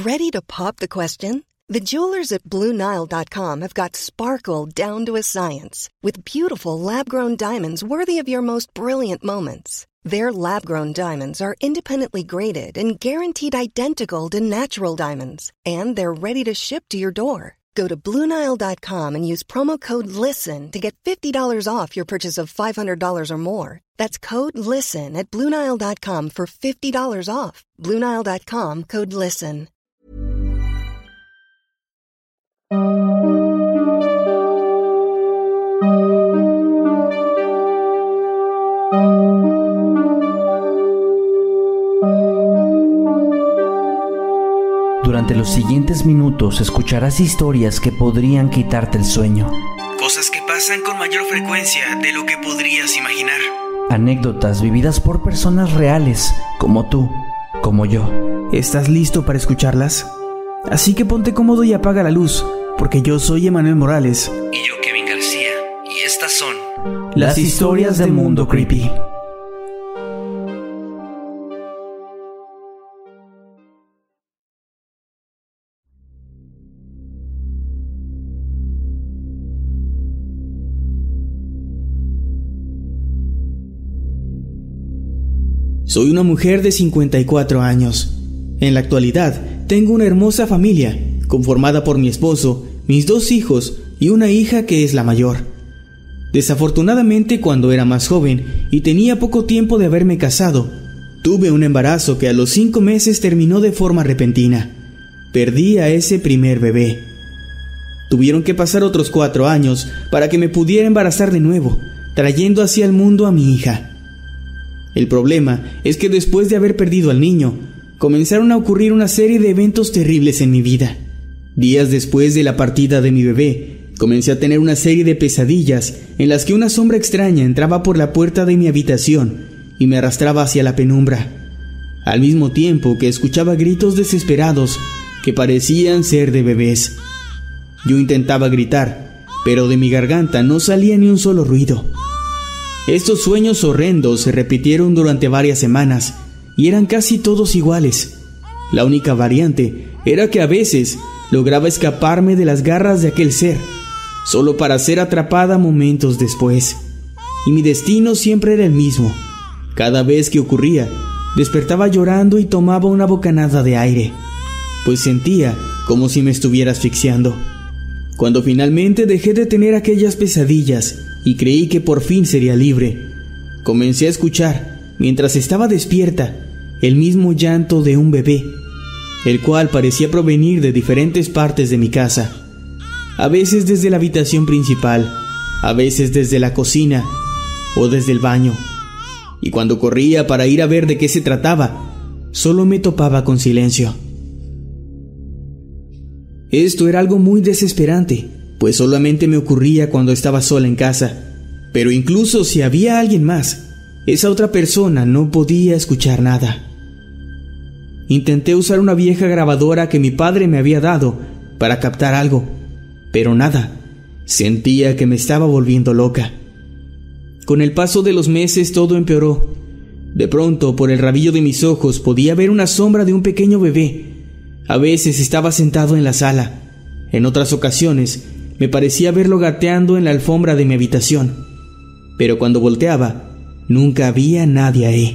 Ready to pop the question? The jewelers at BlueNile.com have got sparkle down to a science with beautiful lab-grown diamonds worthy of your most brilliant moments. Their lab-grown diamonds are independently graded and guaranteed identical to natural diamonds, and they're ready to ship to your door. Go to BlueNile.com and use promo code LISTEN to get $50 off your purchase of $500 or more. That's code LISTEN at BlueNile.com for $50 off. BlueNile.com, code LISTEN. Durante los siguientes minutos escucharás historias que podrían quitarte el sueño. Cosas que pasan con mayor frecuencia de lo que podrías imaginar. Anécdotas vividas por personas reales, como tú, como yo. ¿Estás listo para escucharlas? Así que ponte cómodo y apaga la luz, porque yo soy Emanuel Morales. Y yo, Kevin García. Y estas son las historias del mundo creepy. Soy una mujer de 54 años. En la actualidad, tengo una hermosa familia, conformada por mi esposo, mis 2 hijos y una hija que es la mayor. Desafortunadamente, cuando era más joven y tenía poco tiempo de haberme casado, tuve un embarazo que a los 5 meses terminó de forma repentina. Perdí a ese primer bebé. Tuvieron que pasar otros 4 años para que me pudiera embarazar de nuevo, trayendo hacia el mundo a mi hija. El problema es que después de haber perdido al niño, comenzaron a ocurrir una serie de eventos terribles en mi vida. Días después de la partida de mi bebé, comencé a tener una serie de pesadillas en las que una sombra extraña entraba por la puerta de mi habitación y me arrastraba hacia la penumbra, al mismo tiempo que escuchaba gritos desesperados que parecían ser de bebés. Yo intentaba gritar, pero de mi garganta no salía ni un solo ruido. Estos sueños horrendos se repitieron durante varias semanas y eran casi todos iguales. La única variante era que a veces lograba escaparme de las garras de aquel ser, solo para ser atrapada momentos después. Y mi destino siempre era el mismo. Cada vez que ocurría, despertaba llorando y tomaba una bocanada de aire, pues sentía como si me estuviera asfixiando. Cuando finalmente dejé de tener aquellas pesadillas y creí que por fin sería libre, comencé a escuchar, mientras estaba despierta, el mismo llanto de un bebé, el cual parecía provenir de diferentes partes de mi casa, a veces desde la habitación principal, a veces desde la cocina o desde el baño. Y cuando corría para ir a ver de qué se trataba, solo me topaba con silencio. Esto era algo muy desesperante, pues solamente me ocurría cuando estaba sola en casa. Pero incluso si había alguien más, esa otra persona no podía escuchar nada. Intenté usar una vieja grabadora que mi padre me había dado para captar algo, pero nada. Sentía que me estaba volviendo loca. Con el paso de los meses todo empeoró. De pronto, por el rabillo de mis ojos, podía ver una sombra de un pequeño bebé. A veces estaba sentado en la sala. En otras ocasiones, me parecía verlo gateando en la alfombra de mi habitación. Pero cuando volteaba, nunca había nadie ahí.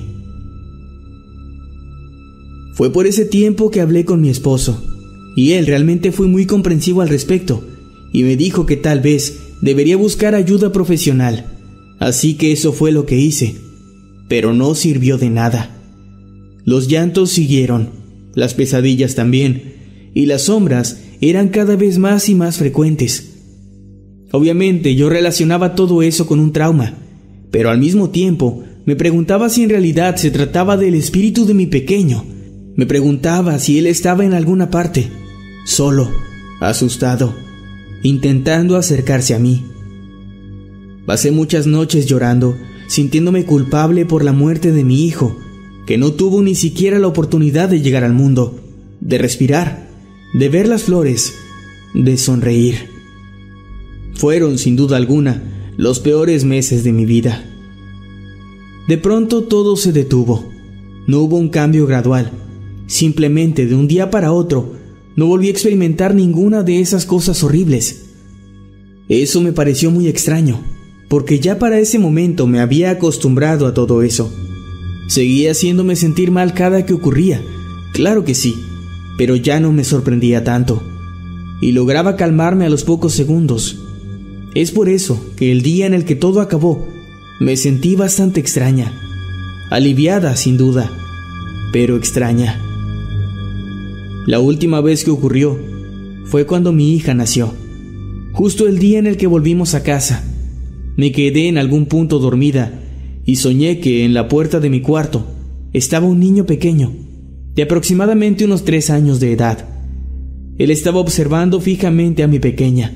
Fue por ese tiempo que hablé con mi esposo, y él realmente fue muy comprensivo al respecto, y me dijo que tal vez debería buscar ayuda profesional. Así que eso fue lo que hice, pero no sirvió de nada. Los llantos siguieron, las pesadillas también, y las sombras eran cada vez más y más frecuentes. Obviamente yo relacionaba todo eso con un trauma, pero al mismo tiempo me preguntaba si en realidad se trataba del espíritu de mi pequeño. Me preguntaba si él estaba en alguna parte, solo, asustado, intentando acercarse a mí. Pasé muchas noches llorando, sintiéndome culpable por la muerte de mi hijo, que no tuvo ni siquiera la oportunidad de llegar al mundo, de respirar, de ver las flores, de sonreír. Fueron, sin duda alguna, los peores meses de mi vida. De pronto todo se detuvo. No hubo un cambio gradual, Simplemente de un día para otro, no volví a experimentar ninguna de esas cosas horribles. Eso me pareció muy extraño, porque ya para ese momento me había acostumbrado a todo eso. Seguía haciéndome sentir mal cada que ocurría, claro que sí, pero ya no me sorprendía tanto, y lograba calmarme a los pocos segundos. Es por eso que el día en el que todo acabó, me sentí bastante extraña, aliviada sin duda, pero extraña. La última vez que ocurrió fue cuando mi hija nació, justo el día en el que volvimos a casa. Me quedé en algún punto dormida y soñé que en la puerta de mi cuarto estaba un niño pequeño, de aproximadamente unos 3 años de edad. Él estaba observando fijamente a mi pequeña.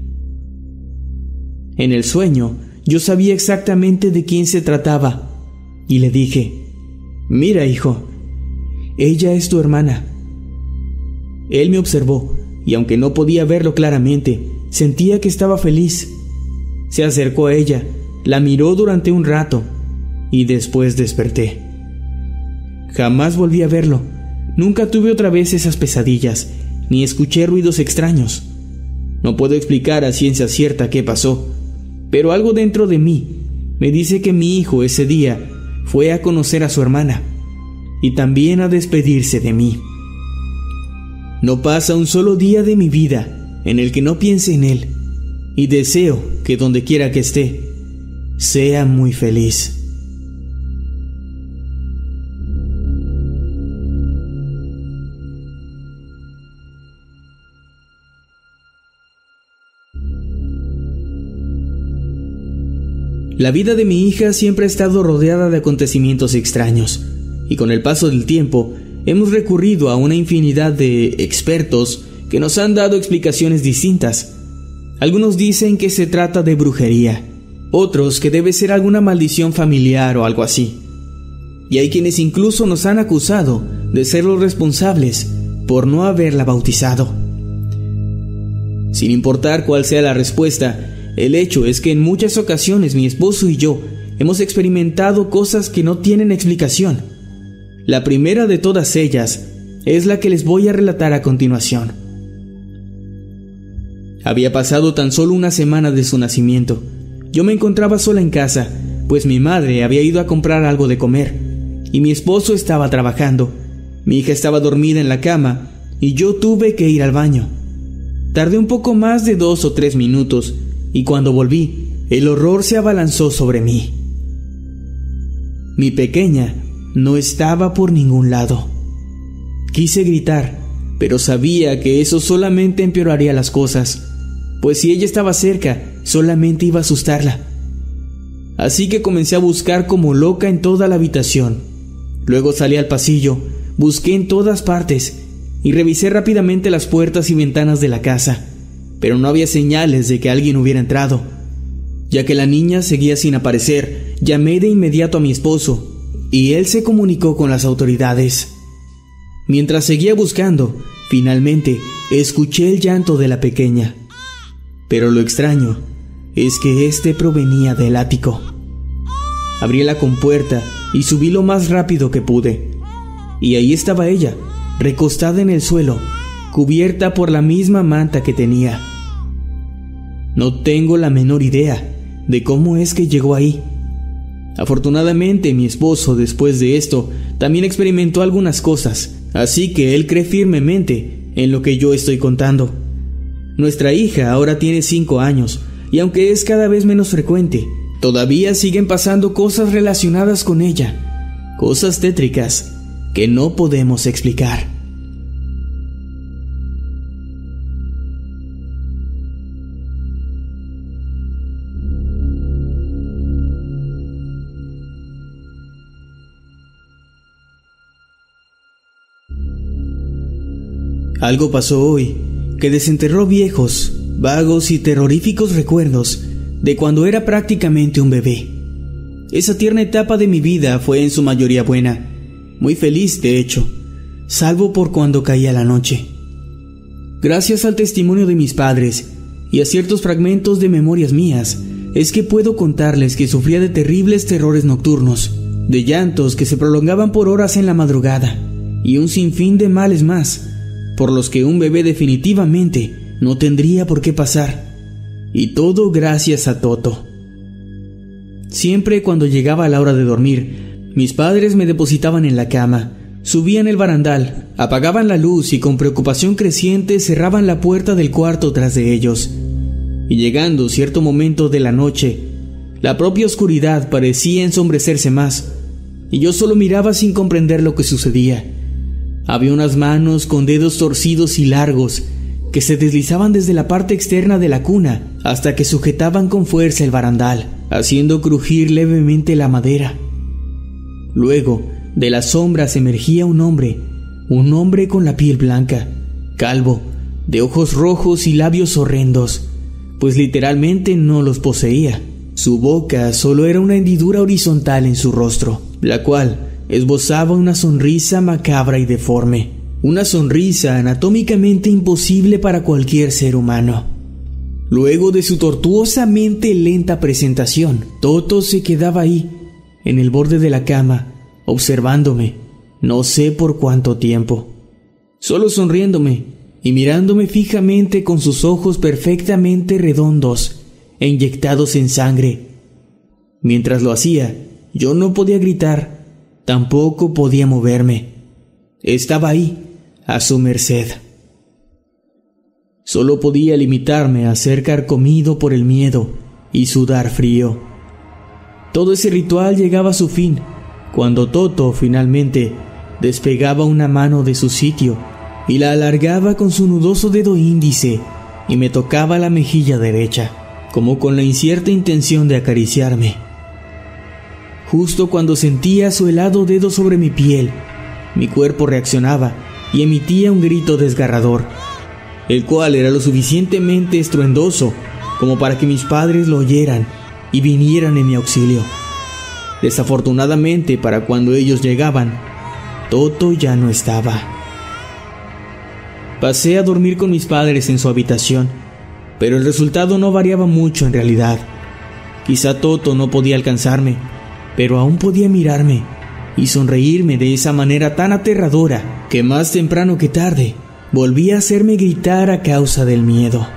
En el sueño, yo sabía exactamente de quién se trataba y le dije: «Mira, hijo, ella es tu hermana». Él me observó y aunque no podía verlo claramente, sentía que estaba feliz. Se acercó a ella, la miró durante un rato y después desperté. Jamás volví a verlo. Nunca tuve otra vez esas pesadillas, ni escuché ruidos extraños. No puedo explicar a ciencia cierta qué pasó, pero algo dentro de mí me dice que mi hijo ese día fue a conocer a su hermana y también a despedirse de mí. No pasa un solo día de mi vida en el que no piense en él, y deseo que donde quiera que esté, sea muy feliz. La vida de mi hija siempre ha estado rodeada de acontecimientos extraños, y con el paso del tiempo hemos recurrido a una infinidad de expertos que nos han dado explicaciones distintas. Algunos dicen que se trata de brujería, otros que debe ser alguna maldición familiar o algo así. Y hay quienes incluso nos han acusado de ser los responsables por no haberla bautizado. Sin importar cuál sea la respuesta, el hecho es que en muchas ocasiones mi esposo y yo hemos experimentado cosas que no tienen explicación. La primera de todas ellas es la que les voy a relatar a continuación. Había pasado tan solo una semana de su nacimiento. Yo me encontraba sola en casa, pues mi madre había ido a comprar algo de comer, y mi esposo estaba trabajando. Mi hija estaba dormida en la cama, y yo tuve que ir al baño. Tardé un poco más de 2 o 3 minutos, y cuando volví, el horror se abalanzó sobre mí. Mi pequeña no estaba por ningún lado. Quise gritar, pero sabía que eso solamente empeoraría las cosas, pues si ella estaba cerca, solamente iba a asustarla. Así que comencé a buscar como loca en toda la habitación. Luego salí al pasillo, busqué en todas partes y revisé rápidamente las puertas y ventanas de la casa, pero no había señales de que alguien hubiera entrado. Ya que la niña seguía sin aparecer, llamé de inmediato a mi esposo y él se comunicó con las autoridades. Mientras seguía buscando, finalmente escuché el llanto de la pequeña. Pero lo extraño es que este provenía del ático. Abrí la compuerta y subí lo más rápido que pude. Y ahí estaba ella, recostada en el suelo, cubierta por la misma manta que tenía. No tengo la menor idea de cómo es que llegó ahí. Afortunadamente, mi esposo, después de esto, también experimentó algunas cosas, así que él cree firmemente en lo que yo estoy contando. Nuestra hija ahora tiene 5 años, y aunque es cada vez menos frecuente, todavía siguen pasando cosas relacionadas con ella, cosas tétricas que no podemos explicar. Algo pasó hoy que desenterró viejos, vagos y terroríficos recuerdos de cuando era prácticamente un bebé. Esa tierna etapa de mi vida fue en su mayoría buena, muy feliz de hecho, salvo por cuando caía la noche. Gracias al testimonio de mis padres y a ciertos fragmentos de memorias mías, es que puedo contarles que sufría de terribles terrores nocturnos, de llantos que se prolongaban por horas en la madrugada, y un sinfín de males más, por los que un bebé definitivamente no tendría por qué pasar. Y todo gracias a Toto. Siempre cuando llegaba la hora de dormir, mis padres me depositaban en la cama, subían el barandal, apagaban la luz y con preocupación creciente cerraban la puerta del cuarto tras de ellos. Y llegando cierto momento de la noche, la propia oscuridad parecía ensombrecerse más, y yo solo miraba sin comprender lo que sucedía. Había unas manos con dedos torcidos y largos que se deslizaban desde la parte externa de la cuna hasta que sujetaban con fuerza el barandal, haciendo crujir levemente la madera. Luego, de las sombras emergía un hombre con la piel blanca, calvo, de ojos rojos y labios horrendos, pues literalmente no los poseía. Su boca solo era una hendidura horizontal en su rostro, la cual esbozaba una sonrisa macabra y deforme, una sonrisa anatómicamente imposible para cualquier ser humano. Luego de su tortuosamente lenta presentación, Toto se quedaba ahí, en el borde de la cama, observándome, no sé por cuánto tiempo, solo sonriéndome y mirándome fijamente con sus ojos perfectamente redondos e inyectados en sangre. Mientras lo hacía, yo no podía gritar, tampoco podía moverme. Estaba ahí, a su merced. Solo podía limitarme a ser carcomido por el miedo y sudar frío. Todo ese ritual llegaba a su fin cuando Toto finalmente despegaba una mano de su sitio y la alargaba con su nudoso dedo índice y me tocaba la mejilla derecha, como con la incierta intención de acariciarme. Justo cuando sentía su helado dedo sobre mi piel, mi cuerpo reaccionaba y emitía un grito desgarrador, el cual era lo suficientemente estruendoso como para que mis padres lo oyeran y vinieran en mi auxilio. Desafortunadamente, para cuando ellos llegaban, Toto ya no estaba. Pasé a dormir con mis padres en su habitación, pero el resultado no variaba mucho en realidad. Quizá Toto no podía alcanzarme, pero aún podía mirarme y sonreírme de esa manera tan aterradora que más temprano que tarde volvía a hacerme gritar a causa del miedo.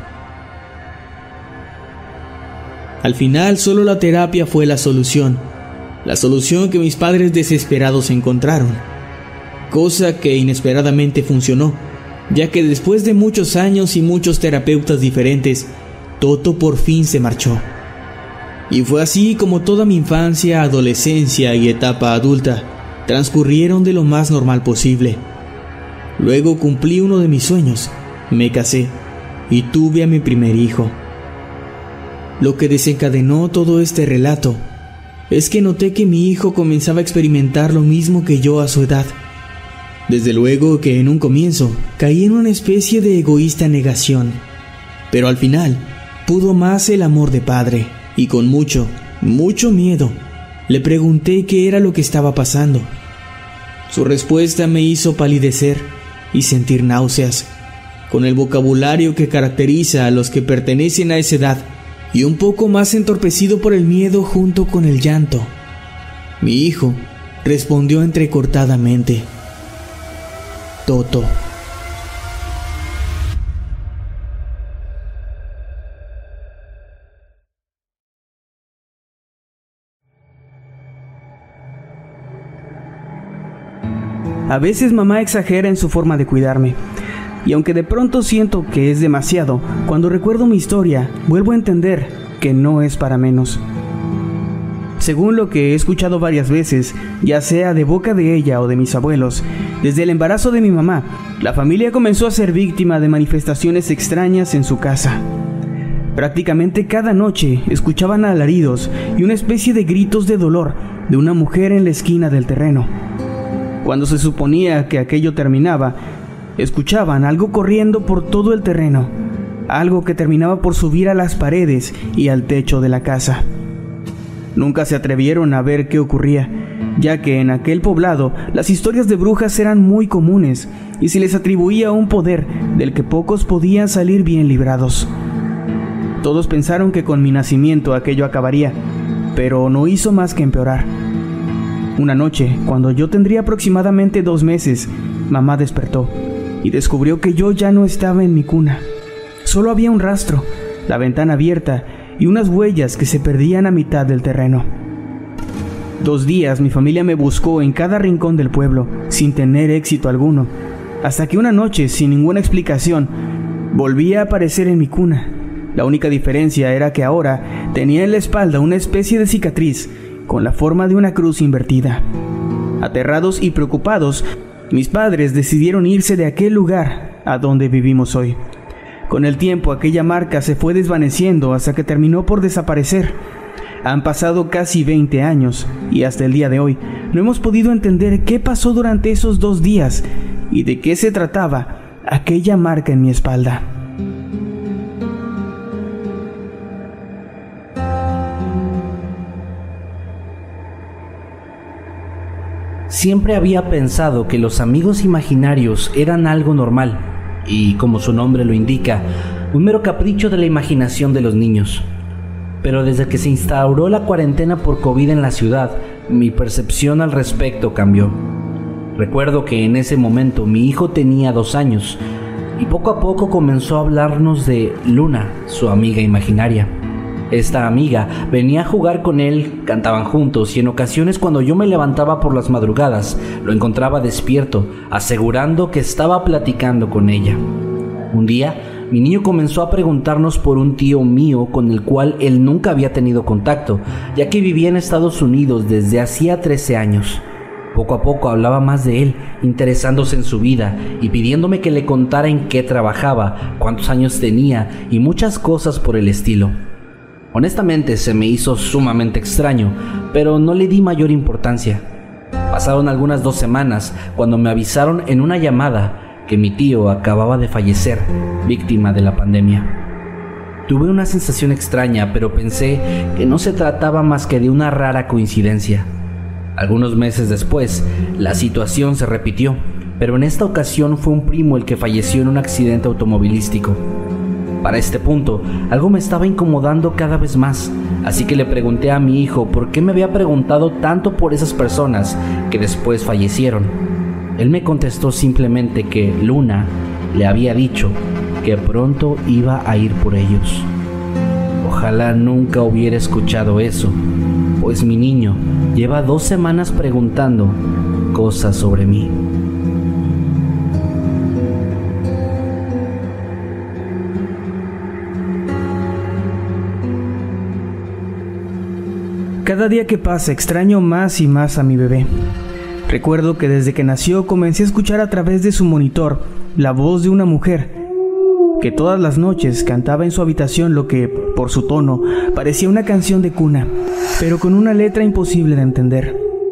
Al final solo la terapia fue la solución que mis padres desesperados encontraron, cosa que inesperadamente funcionó, ya que después de muchos años y muchos terapeutas diferentes, Toto por fin se marchó. Y fue así como toda mi infancia, adolescencia y etapa adulta transcurrieron de lo más normal posible. Luego cumplí uno de mis sueños, me casé y tuve a mi primer hijo. Lo que desencadenó todo este relato es que noté que mi hijo comenzaba a experimentar lo mismo que yo a su edad. Desde luego que en un comienzo caí en una especie de egoísta negación, pero al final pudo más el amor de padre y con mucho miedo le pregunté qué era lo que estaba pasando. Su respuesta me hizo palidecer y sentir náuseas, con el vocabulario que caracteriza a los que pertenecen a esa edad, y un poco más entorpecido por el miedo junto con el llanto. Mi hijo respondió entrecortadamente: Toto. A veces mamá exagera en su forma de cuidarme, y aunque de pronto siento que es demasiado, cuando recuerdo mi historia, vuelvo a entender que no es para menos. Según lo que he escuchado varias veces, ya sea de boca de ella o de mis abuelos, desde el embarazo de mi mamá, la familia comenzó a ser víctima de manifestaciones extrañas en su casa. Prácticamente cada noche escuchaban alaridos y una especie de gritos de dolor de una mujer en la esquina del terreno. Cuando se suponía que aquello terminaba, escuchaban algo corriendo por todo el terreno, algo que terminaba por subir a las paredes y al techo de la casa. Nunca se atrevieron a ver qué ocurría, ya que en aquel poblado las historias de brujas eran muy comunes y se les atribuía un poder del que pocos podían salir bien librados. Todos pensaron que con mi nacimiento aquello acabaría, pero no hizo más que empeorar. Una noche, cuando yo tendría aproximadamente 2 meses, mamá despertó y descubrió que yo ya no estaba en mi cuna. Solo había un rastro, la ventana abierta y unas huellas que se perdían a mitad del terreno. 2 días mi familia me buscó en cada rincón del pueblo, sin tener éxito alguno, hasta que una noche, sin ninguna explicación, volví a aparecer en mi cuna. La única diferencia era que ahora tenía en la espalda una especie de cicatriz con la forma de una cruz invertida. Aterrados y preocupados, mis padres decidieron irse de aquel lugar a donde vivimos hoy. Con el tiempo, aquella marca se fue desvaneciendo hasta que terminó por desaparecer. Han pasado casi 20 años y hasta el día de hoy no hemos podido entender qué pasó durante esos 2 días y de qué se trataba aquella marca en mi espalda. Siempre había pensado que los amigos imaginarios eran algo normal y, como su nombre lo indica, un mero capricho de la imaginación de los niños. Pero desde que se instauró la cuarentena por COVID en la ciudad, mi percepción al respecto cambió. Recuerdo que en ese momento mi hijo tenía 2 años y poco a poco comenzó a hablarnos de Luna, su amiga imaginaria. Esta amiga venía a jugar con él, cantaban juntos y en ocasiones cuando yo me levantaba por las madrugadas lo encontraba despierto, asegurando que estaba platicando con ella. Un día, mi niño comenzó a preguntarnos por un tío mío con el cual él nunca había tenido contacto, ya que vivía en Estados Unidos desde hacía 13 años. Poco a poco hablaba más de él, interesándose en su vida y pidiéndome que le contara en qué trabajaba, cuántos años tenía y muchas cosas por el estilo. Honestamente se me hizo sumamente extraño, pero no le di mayor importancia. Pasaron algunas 2 semanas cuando me avisaron en una llamada que mi tío acababa de fallecer, víctima de la pandemia. Tuve una sensación extraña, pero pensé que no se trataba más que de una rara coincidencia. Algunos meses después, la situación se repitió, pero en esta ocasión fue un primo el que falleció en un accidente automovilístico. Para este punto, algo me estaba incomodando cada vez más, así que le pregunté a mi hijo por qué me había preguntado tanto por esas personas que después fallecieron. Él me contestó simplemente que Luna le había dicho que pronto iba a ir por ellos. Ojalá nunca hubiera escuchado eso, pues mi niño lleva 2 semanas preguntando cosas sobre mí. Cada día que pasa extraño más y más a mi bebé. Recuerdo que desde que nació comencé a escuchar a través de su monitor la voz de una mujer que todas las noches cantaba en su habitación lo que, por su tono, parecía una canción de cuna, pero con una letra imposible de entender.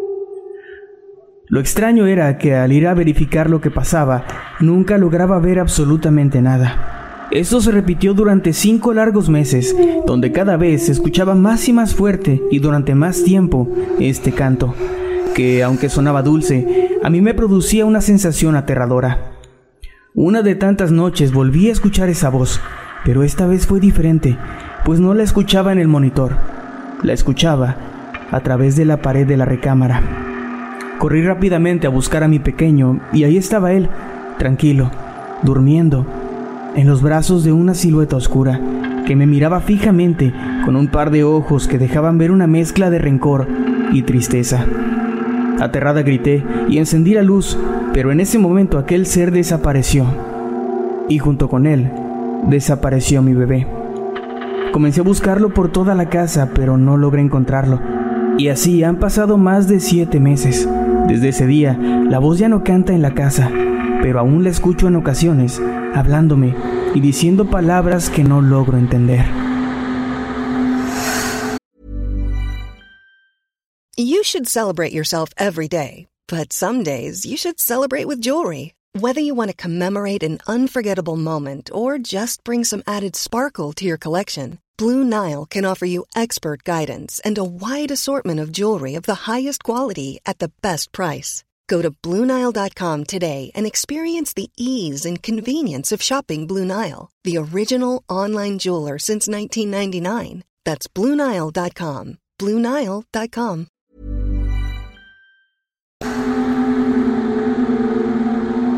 Lo extraño era que al ir a verificar lo que pasaba, nunca lograba ver absolutamente nada. Esto se repitió durante 5 largos meses, donde cada vez se escuchaba más y más fuerte y durante más tiempo este canto, que aunque sonaba dulce, a mí me producía una sensación aterradora. Una de tantas noches volví a escuchar esa voz, pero esta vez fue diferente, pues no la escuchaba en el monitor, la escuchaba a través de la pared de la recámara. Corrí rápidamente a buscar a mi pequeño y ahí estaba él, tranquilo, durmiendo, en los brazos de una silueta oscura que me miraba fijamente con un par de ojos que dejaban ver una mezcla de rencor y tristeza. Aterrada grité y encendí la luz, pero en ese momento aquel ser desapareció y junto con él desapareció mi bebé. Comencé a buscarlo por toda la casa, pero no logré encontrarlo. Y así han pasado más de 7 meses. Desde ese día, la voz ya no canta en la casa, pero aún la escucho en ocasiones, hablándome y diciendo palabras que no logro entender. You should celebrate yourself every day, but some days you should celebrate with jewelry. Whether you want to commemorate an unforgettable moment or just bring some added sparkle to your collection, Blue Nile can offer you expert guidance and a wide assortment of jewelry of the highest quality at the best price. Go to BlueNile.com today and experience the ease and convenience of shopping Blue Nile, the original online jeweler since 1999. That's BlueNile.com. BlueNile.com.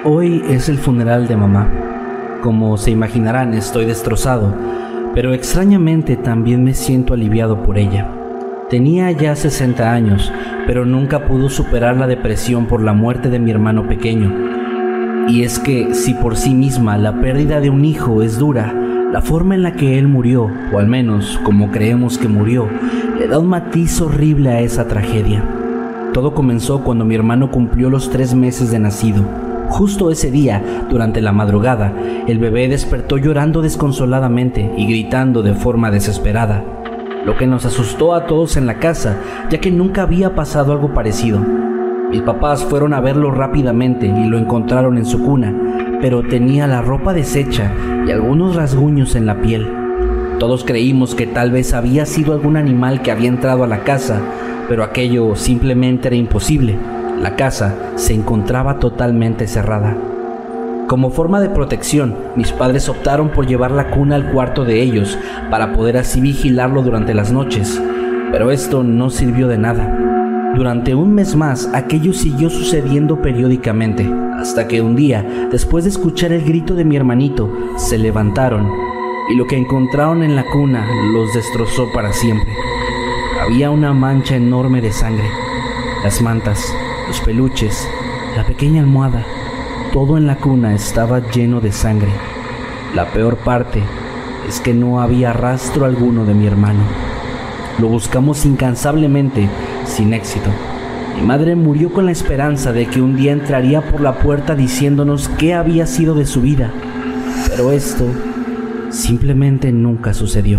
Hoy es el funeral de mamá. Como se imaginarán, estoy destrozado, pero extrañamente también me siento aliviado por ella. Tenía ya 60 años, pero nunca pudo superar la depresión por la muerte de mi hermano pequeño. Y es que, si por sí misma la pérdida de un hijo es dura, la forma en la que él murió, o al menos como creemos que murió, le da un matiz horrible a esa tragedia. Todo comenzó cuando mi hermano cumplió los 3 meses de nacido. Justo ese día, durante la madrugada, el bebé despertó llorando desconsoladamente y gritando de forma desesperada, lo que nos asustó a todos en la casa, ya que nunca había pasado algo parecido. Mis papás fueron a verlo rápidamente y lo encontraron en su cuna, pero tenía la ropa deshecha y algunos rasguños en la piel. Todos creímos que tal vez había sido algún animal que había entrado a la casa, pero aquello simplemente era imposible. La casa se encontraba totalmente cerrada. Como forma de protección, mis padres optaron por llevar la cuna al cuarto de ellos para poder así vigilarlo durante las noches, pero esto no sirvió de nada. Durante un mes más, aquello siguió sucediendo periódicamente, hasta que un día, después de escuchar el grito de mi hermanito, se levantaron y lo que encontraron en la cuna los destrozó para siempre. Había una mancha enorme de sangre. Las mantas, los peluches, la pequeña almohada, todo en la cuna estaba lleno de sangre. La peor parte es que no había rastro alguno de mi hermano. Lo buscamos incansablemente, sin éxito. Mi madre murió con la esperanza de que un día entraría por la puerta diciéndonos qué había sido de su vida, pero esto simplemente nunca sucedió.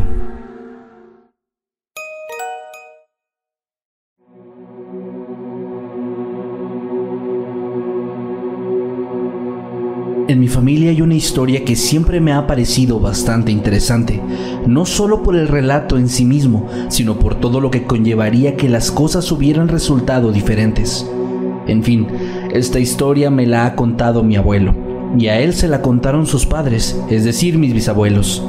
En mi familia hay una historia que siempre me ha parecido bastante interesante, no solo por el relato en sí mismo, sino por todo lo que conllevaría que las cosas hubieran resultado diferentes. En fin, esta historia me la ha contado mi abuelo, y a él se la contaron sus padres, es decir, mis bisabuelos.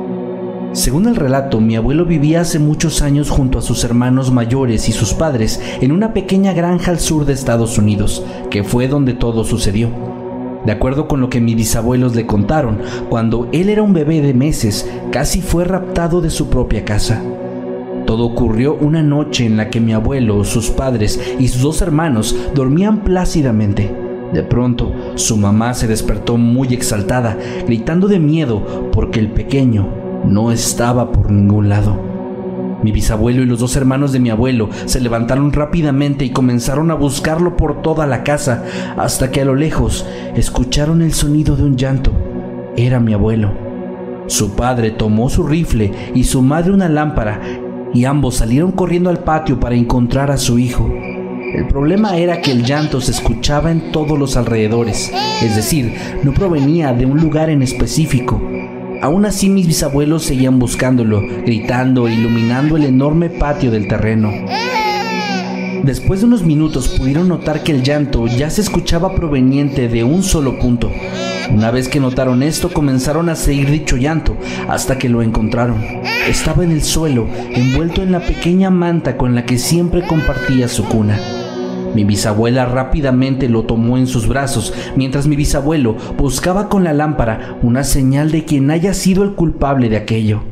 Según el relato, mi abuelo vivía hace muchos años junto a sus hermanos mayores y sus padres en una pequeña granja al sur de Estados Unidos, que fue donde todo sucedió. De acuerdo con lo que mis bisabuelos le contaron, cuando él era un bebé de meses, casi fue raptado de su propia casa. Todo ocurrió una noche en la que mi abuelo, sus padres y sus 2 hermanos dormían plácidamente. De pronto, su mamá se despertó muy exaltada, gritando de miedo porque el pequeño no estaba por ningún lado. Mi bisabuelo y los 2 hermanos de mi abuelo se levantaron rápidamente y comenzaron a buscarlo por toda la casa, hasta que a lo lejos escucharon el sonido de un llanto. Era mi abuelo. Su padre tomó su rifle y su madre una lámpara, y ambos salieron corriendo al patio para encontrar a su hijo. El problema era que el llanto se escuchaba en todos los alrededores, es decir, no provenía de un lugar en específico. Aún así, mis bisabuelos seguían buscándolo, gritando e iluminando el enorme patio del terreno. Después de unos minutos pudieron notar que el llanto ya se escuchaba proveniente de un solo punto. Una vez que notaron esto, comenzaron a seguir dicho llanto hasta que lo encontraron. Estaba en el suelo, envuelto en la pequeña manta con la que siempre compartía su cuna. Mi bisabuela rápidamente lo tomó en sus brazos, mientras mi bisabuelo buscaba con la lámpara una señal de quien haya sido el culpable de aquello.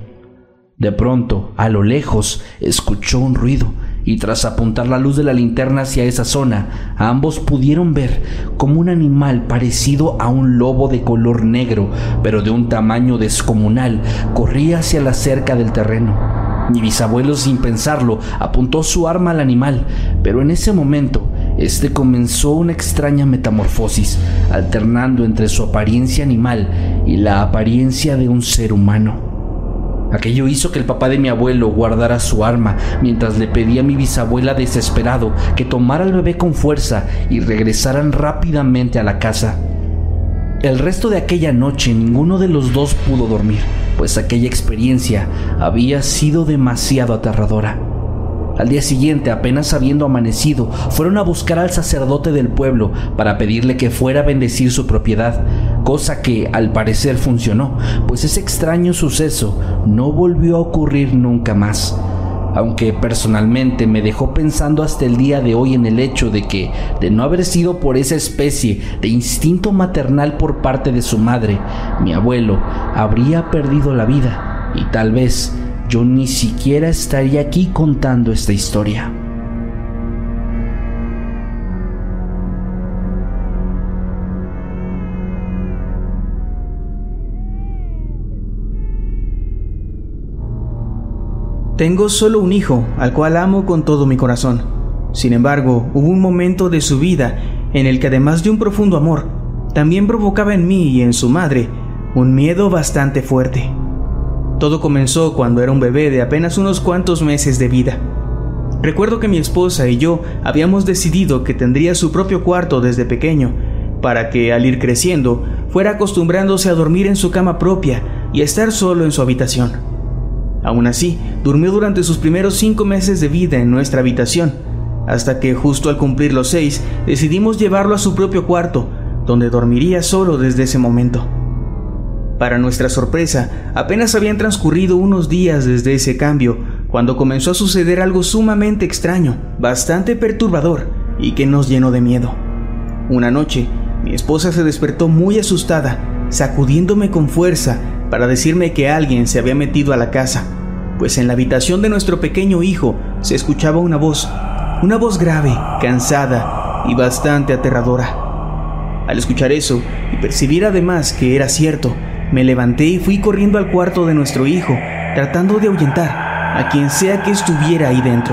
De pronto, a lo lejos, escuchó un ruido, y tras apuntar la luz de la linterna hacia esa zona, ambos pudieron ver cómo un animal parecido a un lobo de color negro, pero de un tamaño descomunal, corría hacia la cerca del terreno. Mi bisabuelo, sin pensarlo, apuntó su arma al animal, pero en ese momento, este comenzó una extraña metamorfosis, alternando entre su apariencia animal y la apariencia de un ser humano. Aquello hizo que el papá de mi abuelo guardara su arma, mientras le pedía a mi bisabuela desesperado que tomara al bebé con fuerza y regresaran rápidamente a la casa. El resto de aquella noche ninguno de los dos pudo dormir, pues aquella experiencia había sido demasiado aterradora. Al día siguiente, apenas habiendo amanecido, fueron a buscar al sacerdote del pueblo para pedirle que fuera a bendecir su propiedad, cosa que al parecer funcionó, pues ese extraño suceso no volvió a ocurrir nunca más. aunque personalmente me dejó pensando hasta el día de hoy en el hecho de que, de no haber sido por esa especie de instinto maternal por parte de su madre, mi abuelo habría perdido la vida y tal vez yo ni siquiera estaría aquí contando esta historia. Tengo solo un hijo, al cual amo con todo mi corazón. Sin embargo, hubo un momento de su vida en el que, además de un profundo amor, también provocaba en mí y en su madre un miedo bastante fuerte. Todo comenzó cuando era un bebé de apenas unos cuantos meses de vida. Recuerdo que mi esposa y yo habíamos decidido que tendría su propio cuarto desde pequeño, para que al ir creciendo fuera acostumbrándose a dormir en su cama propia y a estar solo en su habitación. Aún así, durmió durante sus primeros 5 meses de vida en nuestra habitación, hasta que justo al cumplir los 6 decidimos llevarlo a su propio cuarto, donde dormiría solo desde ese momento. Para nuestra sorpresa, apenas habían transcurrido unos días desde ese cambio, cuando comenzó a suceder algo sumamente extraño, bastante perturbador y que nos llenó de miedo. Una noche, mi esposa se despertó muy asustada, sacudiéndome con fuerza para decirme que alguien se había metido a la casa, pues en la habitación de nuestro pequeño hijo se escuchaba una voz grave, cansada y bastante aterradora. Al escuchar eso y percibir además que era cierto, me levanté y fui corriendo al cuarto de nuestro hijo, tratando de ahuyentar a quien sea que estuviera ahí dentro.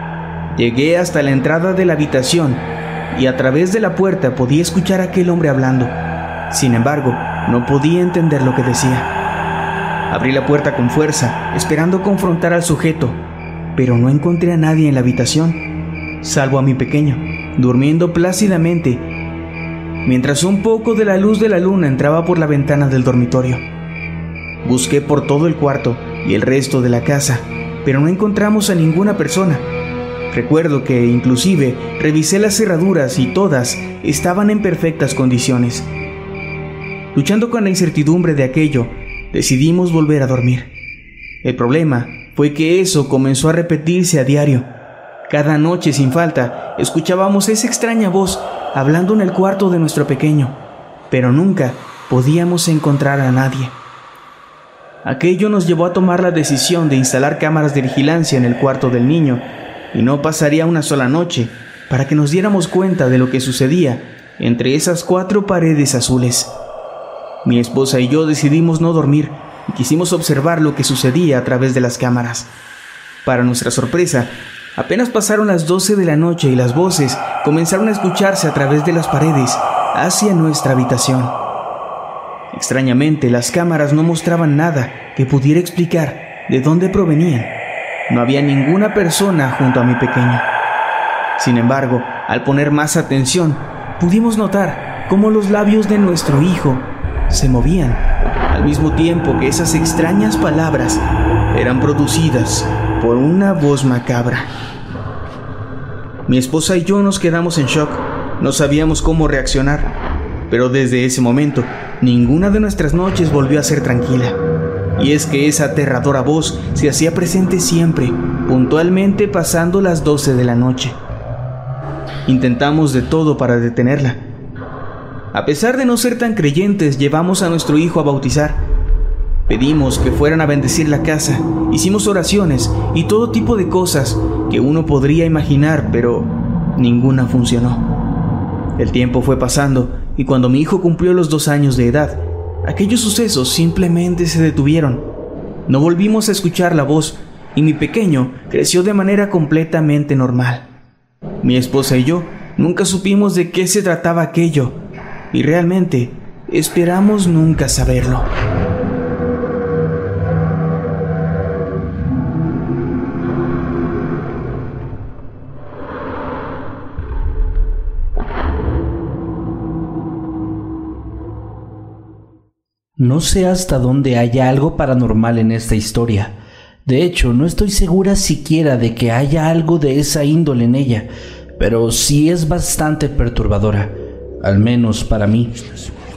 Llegué hasta la entrada de la habitación y a través de la puerta podía escuchar a aquel hombre hablando. Sin embargo, no podía entender lo que decía. Abrí la puerta con fuerza, esperando confrontar al sujeto, pero no encontré a nadie en la habitación, salvo a mi pequeño, durmiendo plácidamente, mientras un poco de la luz de la luna entraba por la ventana del dormitorio. Busqué por todo el cuarto y el resto de la casa, pero no encontramos a ninguna persona. Recuerdo que, inclusive, revisé las cerraduras y todas estaban en perfectas condiciones. Luchando con la incertidumbre de aquello, decidimos volver a dormir. El problema fue que eso comenzó a repetirse a diario. Cada noche, sin falta, escuchábamos esa extraña voz hablando en el cuarto de nuestro pequeño, pero nunca podíamos encontrar a nadie. Aquello nos llevó a tomar la decisión de instalar cámaras de vigilancia en el cuarto del niño, y no pasaría una sola noche para que nos diéramos cuenta de lo que sucedía entre esas 4 paredes azules. Mi esposa y yo decidimos no dormir y quisimos observar lo que sucedía a través de las cámaras. Para nuestra sorpresa, apenas pasaron las 12 de la noche y las voces comenzaron a escucharse a través de las paredes hacia nuestra habitación. Extrañamente, las cámaras no mostraban nada que pudiera explicar de dónde provenían. No había ninguna persona junto a mi pequeño. Sin embargo, al poner más atención, pudimos notar cómo los labios de nuestro hijo se movían, al mismo tiempo que esas extrañas palabras eran producidas por una voz macabra. Mi esposa y yo nos quedamos en shock, no sabíamos cómo reaccionar, pero desde ese momento, ninguna de nuestras noches volvió a ser tranquila. Y es que esa aterradora voz se hacía presente siempre, puntualmente pasando las 12 de la noche. Intentamos de todo para detenerla. A pesar de no ser tan creyentes, llevamos a nuestro hijo a bautizar. Pedimos que fueran a bendecir la casa, hicimos oraciones y todo tipo de cosas que uno podría imaginar, pero ninguna funcionó. El tiempo fue pasando y cuando mi hijo cumplió los 2 años de edad, aquellos sucesos simplemente se detuvieron. No volvimos a escuchar la voz y mi pequeño creció de manera completamente normal. Mi esposa y yo nunca supimos de qué se trataba aquello y realmente esperamos nunca saberlo. No sé hasta dónde haya algo paranormal en esta historia. De hecho, no estoy segura siquiera de que haya algo de esa índole en ella, pero sí es bastante perturbadora, al menos para mí.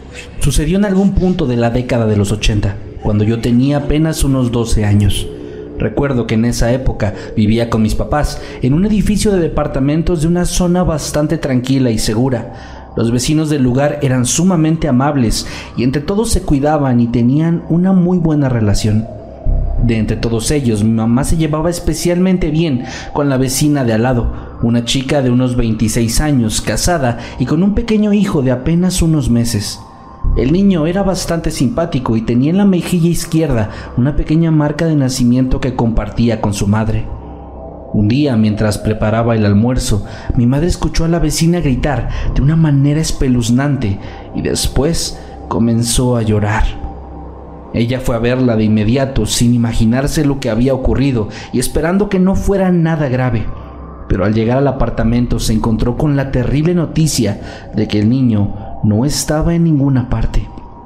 Sucedió en algún punto de la década de los 80, cuando yo tenía apenas unos 12 años. Recuerdo que en esa época vivía con mis papás en un edificio de departamentos de una zona bastante tranquila y segura. Los vecinos del lugar eran sumamente amables y entre todos se cuidaban y tenían una muy buena relación. De entre todos ellos, mi mamá se llevaba especialmente bien con la vecina de al lado, una chica de unos 26 años, casada y con un pequeño hijo de apenas unos meses. El niño era bastante simpático y tenía en la mejilla izquierda una pequeña marca de nacimiento que compartía con su madre. Un día, mientras preparaba el almuerzo, mi madre escuchó a la vecina gritar de una manera espeluznante y después comenzó a llorar. Ella fue a verla de inmediato, sin imaginarse lo que había ocurrido y esperando que no fuera nada grave. Pero al llegar al apartamento se encontró con la terrible noticia de que el niño no estaba en ninguna parte.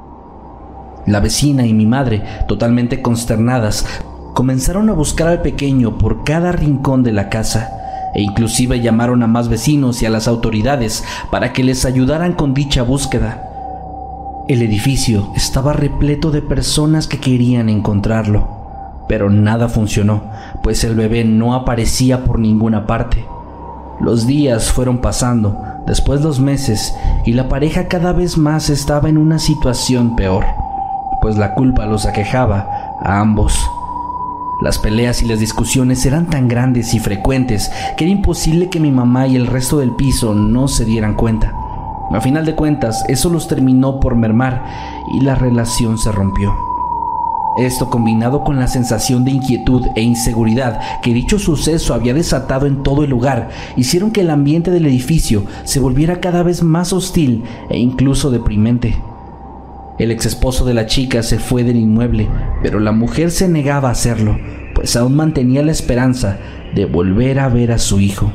La vecina y mi madre, totalmente consternadas, comenzaron a buscar al pequeño por cada rincón de la casa e inclusive llamaron a más vecinos y a las autoridades para que les ayudaran con dicha búsqueda. El edificio estaba repleto de personas que querían encontrarlo, pero nada funcionó, pues el bebé no aparecía por ninguna parte. Los días fueron pasando, después los meses, y la pareja cada vez más estaba en una situación peor, pues la culpa los aquejaba a ambos. Las peleas y las discusiones eran tan grandes y frecuentes que era imposible que mi mamá y el resto del piso no se dieran cuenta. A final de cuentas, eso los terminó por mermar y la relación se rompió. Esto, combinado con la sensación de inquietud e inseguridad que dicho suceso había desatado en todo el lugar, hicieron que el ambiente del edificio se volviera cada vez más hostil e incluso deprimente. El exesposo de la chica se fue del inmueble, pero la mujer se negaba a hacerlo, pues aún mantenía la esperanza de volver a ver a su hijo.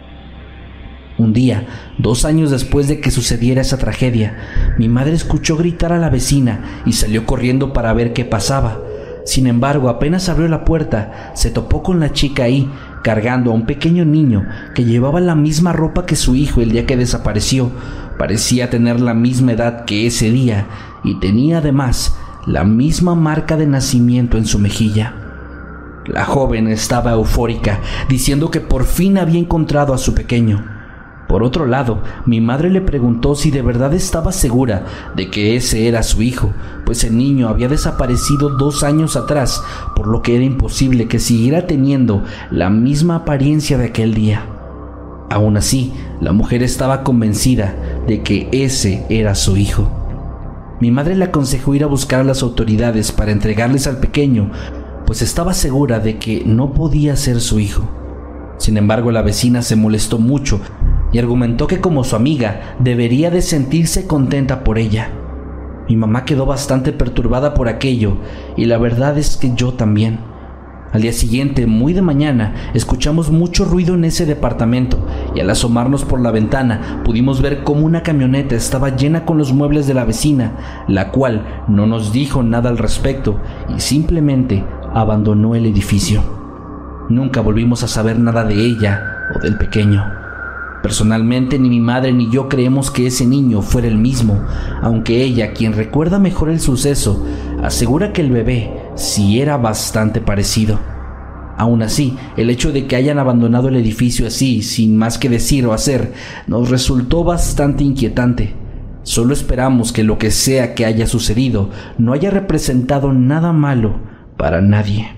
Un día, 2 años después de que sucediera esa tragedia, mi madre escuchó gritar a la vecina y salió corriendo para ver qué pasaba. Sin embargo, apenas abrió la puerta, se topó con la chica ahí, cargando a un pequeño niño que llevaba la misma ropa que su hijo el día que desapareció. Parecía tener la misma edad que ese día y tenía además la misma marca de nacimiento en su mejilla. La joven estaba eufórica, diciendo que por fin había encontrado a su pequeño. Por otro lado, mi madre le preguntó si de verdad estaba segura de que ese era su hijo, pues el niño había desaparecido 2 años atrás, por lo que era imposible que siguiera teniendo la misma apariencia de aquel día. Aún así, la mujer estaba convencida de que ese era su hijo. Mi madre le aconsejó ir a buscar a las autoridades para entregarles al pequeño, pues estaba segura de que no podía ser su hijo. Sin embargo, la vecina se molestó mucho y argumentó que como su amiga debería de sentirse contenta por ella. Mi mamá quedó bastante perturbada por aquello y la verdad es que yo también. Al día siguiente, muy de mañana, escuchamos mucho ruido en ese departamento y al asomarnos por la ventana pudimos ver cómo una camioneta estaba llena con los muebles de la vecina, la cual no nos dijo nada al respecto y simplemente abandonó el edificio. Nunca volvimos a saber nada de ella o del pequeño. Personalmente, ni mi madre ni yo creemos que ese niño fuera el mismo, aunque ella, quien recuerda mejor el suceso, asegura que el bebé sí era bastante parecido. Aún así, el hecho de que hayan abandonado el edificio así, sin más que decir o hacer, nos resultó bastante inquietante. Solo esperamos que lo que sea que haya sucedido no haya representado nada malo para nadie.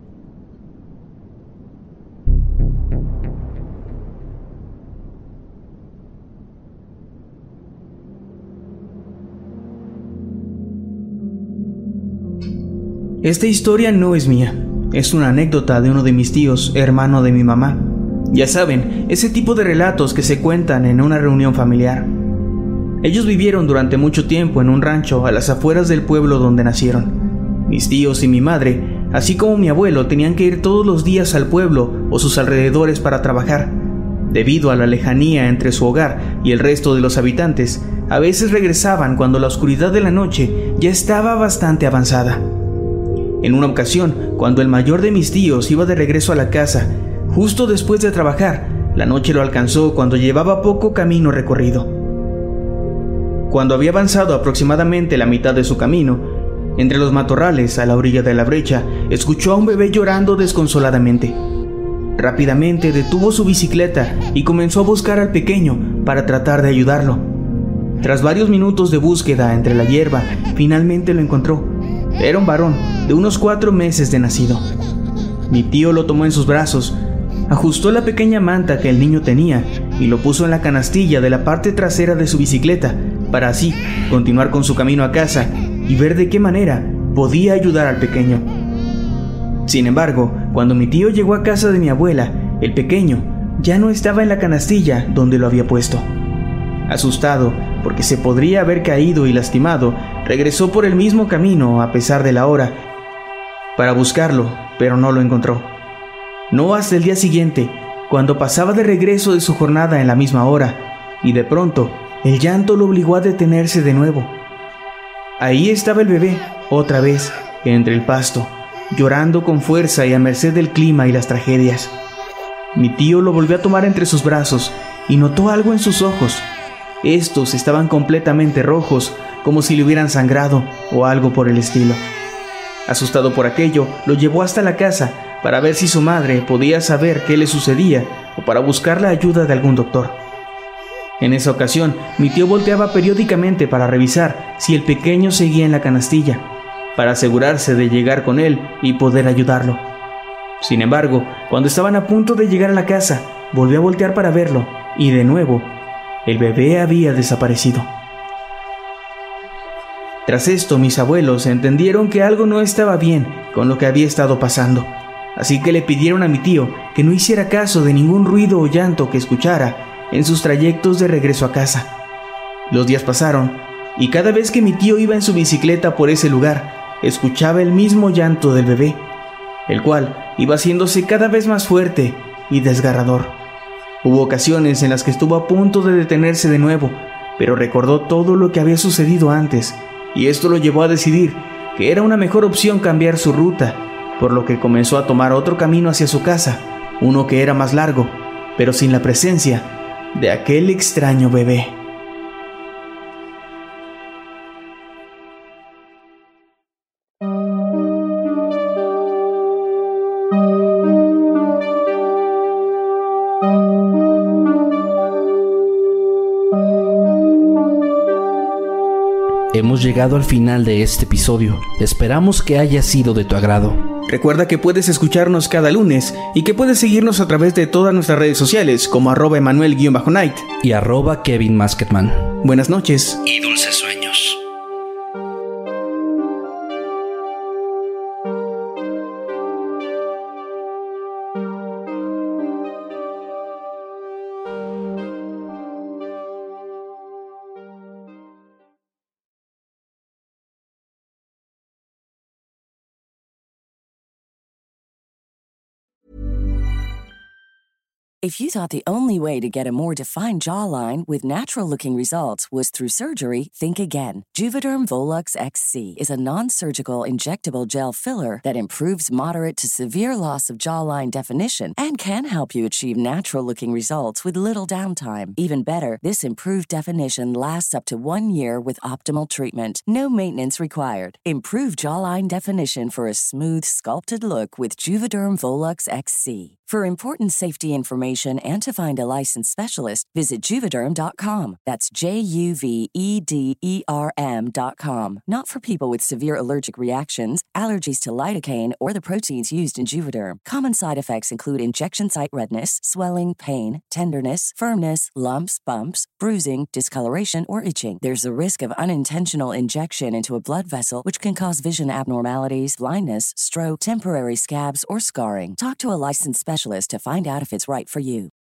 Esta historia no es mía, es una anécdota de uno de mis tíos, hermano de mi mamá. Ya saben, ese tipo de relatos que se cuentan en una reunión familiar. Ellos vivieron durante mucho tiempo en un rancho a las afueras del pueblo donde nacieron. Mis tíos y mi madre, así como mi abuelo, tenían que ir todos los días al pueblo o sus alrededores para trabajar. Debido a la lejanía entre su hogar y el resto de los habitantes, a veces regresaban cuando la oscuridad de la noche ya estaba bastante avanzada. En una ocasión, cuando el mayor de mis tíos iba de regreso a la casa, justo después de trabajar, la noche lo alcanzó cuando llevaba poco camino recorrido. Cuando había avanzado aproximadamente la mitad de su camino, Entre los matorrales, a la orilla de la brecha, escuchó a un bebé llorando desconsoladamente. Rápidamente detuvo su bicicleta y comenzó a buscar al pequeño para tratar de ayudarlo. Tras varios minutos de búsqueda entre la hierba, finalmente lo encontró. Era un varón de unos 4 meses de nacido. Mi tío lo tomó en sus brazos, ajustó la pequeña manta que el niño tenía y lo puso en la canastilla de la parte trasera de su bicicleta para así continuar con su camino a casa y ver de qué manera podía ayudar al pequeño. Sin embargo, cuando mi tío llegó a casa de mi abuela, el pequeño ya no estaba en la canastilla donde lo había puesto. Asustado, porque se podría haber caído y lastimado, regresó por el mismo camino a pesar de la hora para buscarlo, pero no lo encontró. No hasta el día siguiente, cuando pasaba de regreso de su jornada en la misma hora, y de pronto el llanto lo obligó a detenerse de nuevo. Ahí estaba el bebé, otra vez, entre el pasto, llorando con fuerza y a merced del clima y las tragedias. Mi tío lo volvió a tomar entre sus brazos y notó algo en sus ojos. Estos estaban completamente rojos, como si le hubieran sangrado o algo por el estilo. Asustado por aquello, lo llevó hasta la casa para ver si su madre podía saber qué le sucedía o para buscar la ayuda de algún doctor. En esa ocasión, mi tío volteaba periódicamente para revisar si el pequeño seguía en la canastilla, para asegurarse de llegar con él y poder ayudarlo. Sin embargo, cuando estaban a punto de llegar a la casa, volvió a voltear para verlo, y de nuevo, el bebé había desaparecido. Tras esto, mis abuelos entendieron que algo no estaba bien con lo que había estado pasando, así que le pidieron a mi tío que no hiciera caso de ningún ruido o llanto que escuchara en sus trayectos de regreso a casa. Los días pasaron, y cada vez que mi tío iba en su bicicleta por ese lugar, escuchaba el mismo llanto del bebé, el cual iba haciéndose cada vez más fuerte y desgarrador. Hubo ocasiones en las que estuvo a punto de detenerse de nuevo, pero recordó todo lo que había sucedido antes, y esto lo llevó a decidir que era una mejor opción cambiar su ruta, por lo que comenzó a tomar otro camino hacia su casa, uno que era más largo, pero sin la presencia de aquel extraño bebé. Hemos llegado al final de este episodio. Esperamos que haya sido de tu agrado. Recuerda que puedes escucharnos cada lunes y que puedes seguirnos a través de todas nuestras redes sociales como @Emanuel_Night y @Kevin Masketman. Buenas noches y dulces sueños. If you thought the only way to get a more defined jawline with natural-looking results was through surgery, think again. Juvederm Volux XC is a non-surgical injectable gel filler that improves moderate to severe loss of jawline definition and can help you achieve natural-looking results with little downtime. Even better, this improved definition lasts up to 1 year with optimal treatment. No maintenance required. Improve jawline definition for a smooth, sculpted look with Juvederm Volux XC. For important safety information and to find a licensed specialist, visit Juvederm.com. That's JUVEDERM.com. Not for people with severe allergic reactions, allergies to lidocaine, or the proteins used in Juvederm. Common side effects include injection site redness, swelling, pain, tenderness, firmness, lumps, bumps, bruising, discoloration, or itching. There's a risk of unintentional injection into a blood vessel, which can cause vision abnormalities, blindness, stroke, temporary scabs, or scarring. Talk to a licensed specialist to find out if it's right for you.